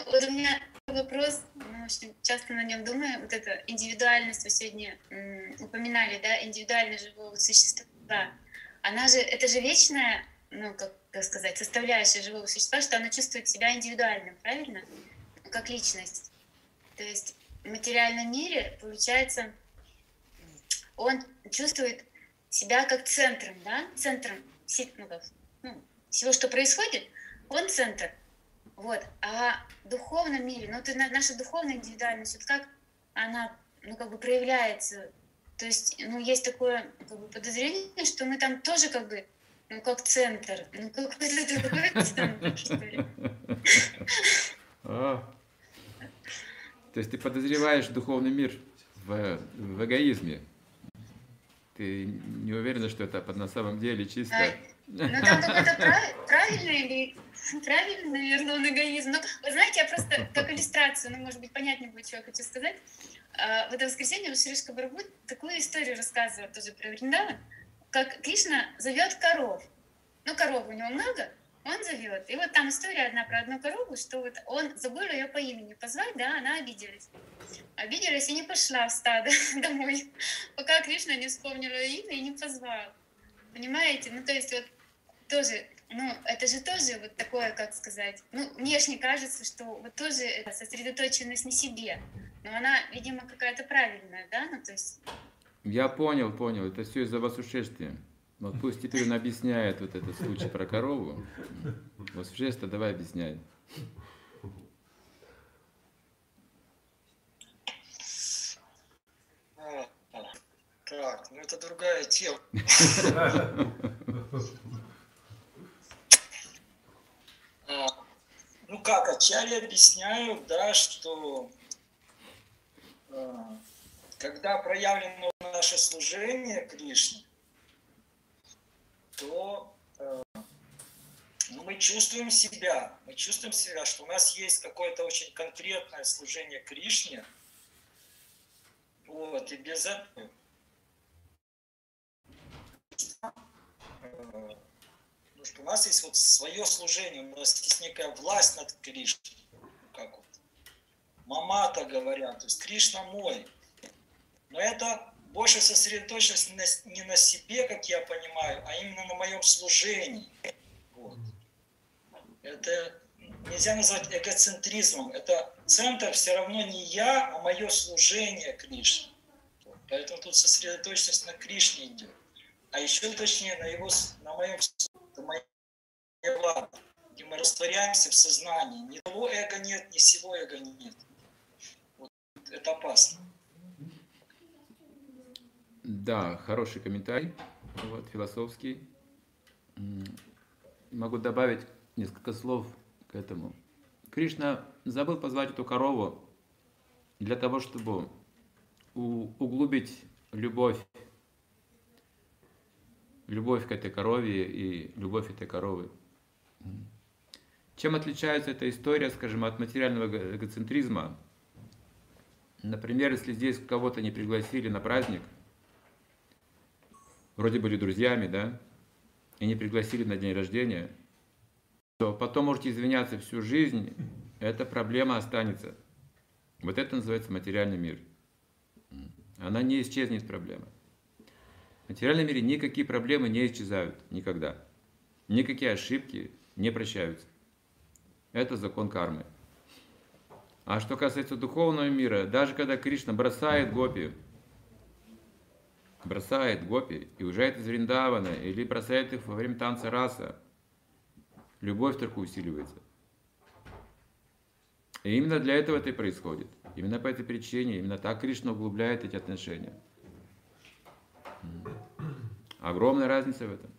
вот у меня вопрос, ну, очень часто на нем думаю, вот эта индивидуальность, вы сегодня упоминали, да, индивидуальность живого существа, она же, это же вечная, ну, как сказать, составляющая живого существа, что она чувствует себя индивидуальным, правильно? Ну, как личность. То есть в материальном мире, получается, он чувствует себя как центром, да, центром всего, что происходит, он центр. Вот. А в духовном мире, ну, наша духовная индивидуальность, вот как она, ну, как бы проявляется. То есть, ну, есть такое как бы подозрение, что мы там тоже как бы, ну, как центр, ну, какой-то такой центр, что ли. То есть ты подозреваешь духовный мир в эгоизме? Ты не уверена, что это на самом деле чисто? Ну, там какой-то правильный, наверное, он эгоизм. Но, вы знаете, я просто как иллюстрацию, ну, может быть, понятнее будет, что я хочу сказать. В это воскресенье Шришка Прабху такую историю рассказывает тоже про Вриндаван, как Кришна зовет коров. Ну, коров у него много, он зовет. И вот там история одна про одну корову, что вот он забыл ее по имени позвать, да, она обиделась. Обиделась и не пошла в стадо домой, пока Кришна не вспомнил ее имя и не позвал. Понимаете? Ну, то есть вот тоже, ну, это же тоже вот такое, как сказать, ну, внешне кажется, что вот тоже это сосредоточенность на себе, но она, видимо, какая-то правильная, да, ну, то есть... Я понял, это все из-за Васушешти. Вот пусть теперь он объясняет вот этот случай про корову. Васушешта, давай объясняй. Так, ну это другая тема. Ну как, ачарьи объясняют, да, что когда проявлено наше служение Кришне, то мы чувствуем себя, что у нас есть какое-то очень конкретное служение Кришне, вот, и без этого что у нас есть вот свое служение, у нас есть некая власть над Кришной, как вот мамата говорят, то есть Кришна мой. Но это больше сосредоточенность не на себе, как я понимаю, а именно на моем служении. Вот. Это нельзя назвать эгоцентризмом. Это центр все равно не я, а мое служение Кришне. Вот. Поэтому тут сосредоточенность на Кришне идет. А еще точнее на моем служении, где мы растворяемся в сознании. Ни того эго нет, ни сего эго нет. Вот. Это опасно. Да, хороший комментарий, вот, философский. Могу добавить несколько слов к этому. Кришна забыл позвать эту корову для того, чтобы углубить любовь к этой корове и любовь этой коровы. Чем отличается эта история, скажем, от материального эгоцентризма? Например, если здесь кого-то не пригласили на праздник, вроде были друзьями, да, и не пригласили на день рождения, то потом можете извиняться всю жизнь, эта проблема останется. Вот это называется материальный мир. Она не исчезнет, проблема. В материальном мире никакие проблемы не исчезают никогда. Никакие ошибки не прощаются. Это закон кармы. А что касается духовного мира, даже когда Кришна бросает гопи и уезжает из Вриндавана, или бросает их во время танца раса, любовь только усиливается. И именно для этого это и происходит. Именно по этой причине, именно так Кришна углубляет эти отношения. Огромная разница в этом.